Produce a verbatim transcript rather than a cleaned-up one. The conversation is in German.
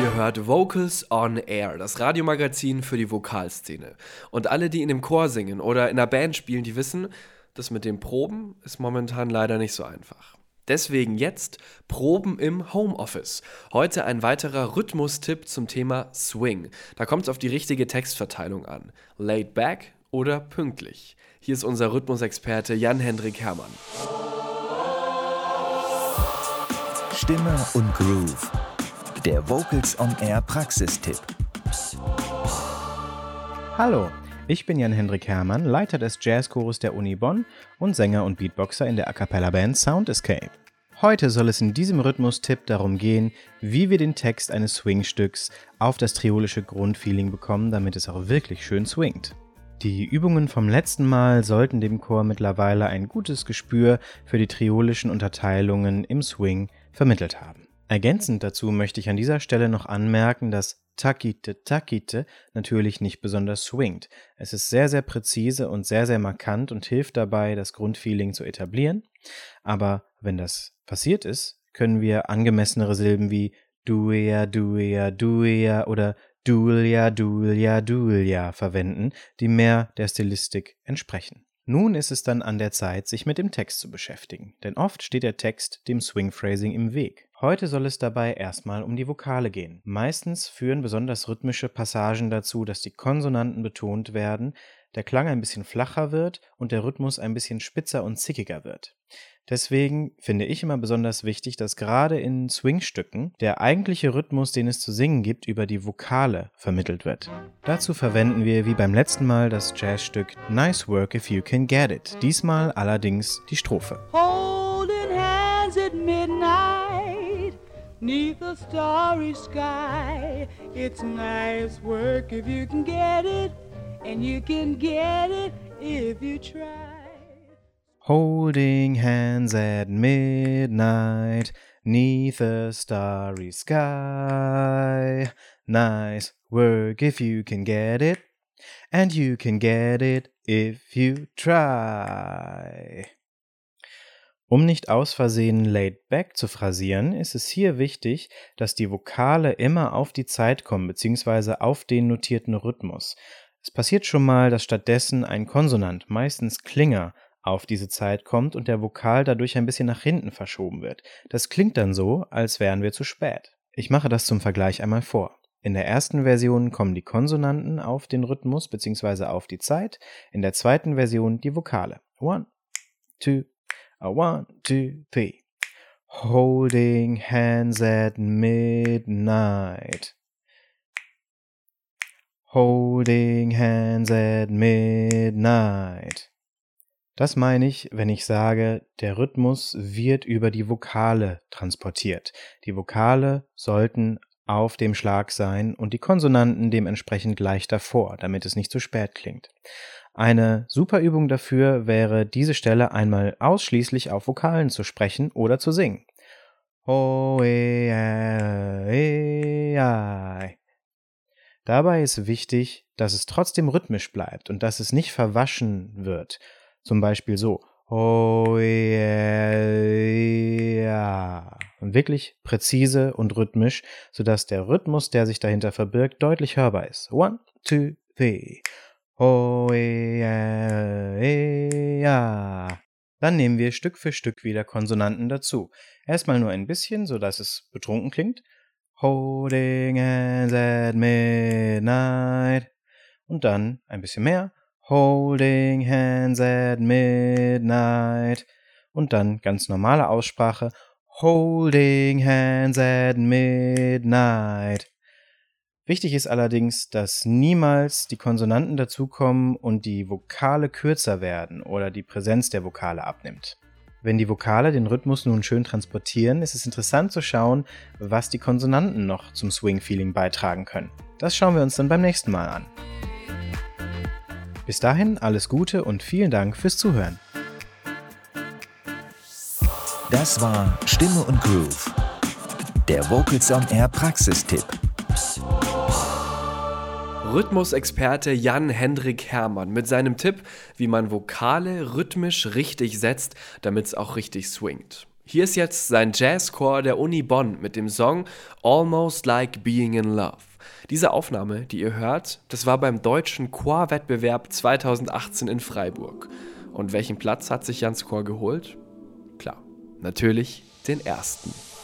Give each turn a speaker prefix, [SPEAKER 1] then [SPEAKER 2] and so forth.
[SPEAKER 1] Ihr hört Vocals on Air, das Radiomagazin für die Vokalszene. Und alle, die in dem Chor singen oder in einer Band spielen, die wissen, das mit dem Proben ist momentan leider nicht so einfach. Deswegen jetzt Proben im Homeoffice. Heute ein weiterer Rhythmustipp zum Thema Swing. Da kommt es auf die richtige Textverteilung an. Laid back oder pünktlich. Hier ist unser Rhythmusexperte Jan-Hendrik Hermann.
[SPEAKER 2] Stimme und Groove. Der Vocals on Air Praxistipp.
[SPEAKER 3] Hallo, ich bin Jan-Hendrik Hermann, Leiter des Jazzchores der Uni Bonn und Sänger und Beatboxer in der A-Cappella-Band Sound Escape. Heute soll es in diesem Rhythmustipp darum gehen, wie wir den Text eines Swingstücks auf das triolische Grundfeeling bekommen, damit es auch wirklich schön swingt. Die Übungen vom letzten Mal sollten dem Chor mittlerweile ein gutes Gespür für die triolischen Unterteilungen im Swing vermittelt haben. Ergänzend dazu möchte ich an dieser Stelle noch anmerken, dass Takite Takite natürlich nicht besonders swingt. Es ist sehr, sehr präzise und sehr, sehr markant und hilft dabei, das Grundfeeling zu etablieren. Aber wenn das passiert ist, können wir angemessenere Silben wie Duea, Duea, Duea oder Dulia, Dulia, Dulia verwenden, die mehr der Stilistik entsprechen. Nun ist es dann an der Zeit, sich mit dem Text zu beschäftigen, denn oft steht der Text dem Swing-Phrasing im Weg. Heute soll es dabei erstmal um die Vokale gehen. Meistens führen besonders rhythmische Passagen dazu, dass die Konsonanten betont werden, der Klang ein bisschen flacher wird und der Rhythmus ein bisschen spitzer und zickiger wird. Deswegen finde ich immer besonders wichtig, dass gerade in Swingstücken der eigentliche Rhythmus, den es zu singen gibt, über die Vokale vermittelt wird. Dazu verwenden wir wie beim letzten Mal das Jazzstück Nice Work If You Can Get It. Diesmal allerdings die Strophe.
[SPEAKER 4] Holding hands at midnight, 'neath a starry sky. It's nice work if you can get it, and you can get it if you try.
[SPEAKER 3] Holding hands at midnight, 'neath a starry sky. Nice work if you can get it, and you can get it if you try. Um nicht aus Versehen laid back zu phrasieren, ist es hier wichtig, dass die Vokale immer auf die Zeit kommen, beziehungsweise auf den notierten Rhythmus. Es passiert schon mal, dass stattdessen ein Konsonant, meistens Klinger, auf diese Zeit kommt und der Vokal dadurch ein bisschen nach hinten verschoben wird. Das klingt dann so, als wären wir zu spät. Ich mache das zum Vergleich einmal vor. In der ersten Version kommen die Konsonanten auf den Rhythmus bzw. auf die Zeit, in der zweiten Version die Vokale. One, two, a one, two, three. Holding hands at midnight. Holding hands at midnight. Das meine ich, wenn ich sage, der Rhythmus wird über die Vokale transportiert. Die Vokale sollten auf dem Schlag sein und die Konsonanten dementsprechend gleich davor, damit es nicht zu spät klingt. Eine super Übung dafür wäre, diese Stelle einmal ausschließlich auf Vokalen zu sprechen oder zu singen. Oh, eh, eh, eh. Dabei ist wichtig, dass es trotzdem rhythmisch bleibt und dass es nicht verwaschen wird. Zum Beispiel so. Oh yeah. Und wirklich präzise und rhythmisch, sodass der Rhythmus, der sich dahinter verbirgt, deutlich hörbar ist. One, two, three. Oh yeah. Dann nehmen wir Stück für Stück wieder Konsonanten dazu. Erstmal nur ein bisschen, sodass es betrunken klingt. Holding hands at midnight. Und dann ein bisschen mehr. Holding hands at midnight. Und dann ganz normale Aussprache. Holding hands at midnight. Wichtig ist allerdings, dass niemals die Konsonanten dazukommen und die Vokale kürzer werden oder die Präsenz der Vokale abnimmt. Wenn die Vokale den Rhythmus nun schön transportieren, ist es interessant zu schauen, was die Konsonanten noch zum Swing-Feeling beitragen können. Das schauen wir uns dann beim nächsten Mal an. Bis dahin alles Gute und vielen Dank fürs Zuhören.
[SPEAKER 2] Das war Stimme und Groove, der Vocals on Air Praxistipp.
[SPEAKER 1] Rhythmusexperte Jan-Hendrik Hermann mit seinem Tipp, wie man Vokale rhythmisch richtig setzt, damit es auch richtig swingt. Hier ist jetzt sein Jazzchor der Uni Bonn mit dem Song Almost Like Being in Love. Diese Aufnahme, die ihr hört, das war beim deutschen Chorwettbewerb zweitausendachtzehn in Freiburg. Und welchen Platz hat sich Jans Chor geholt? Klar, natürlich den ersten.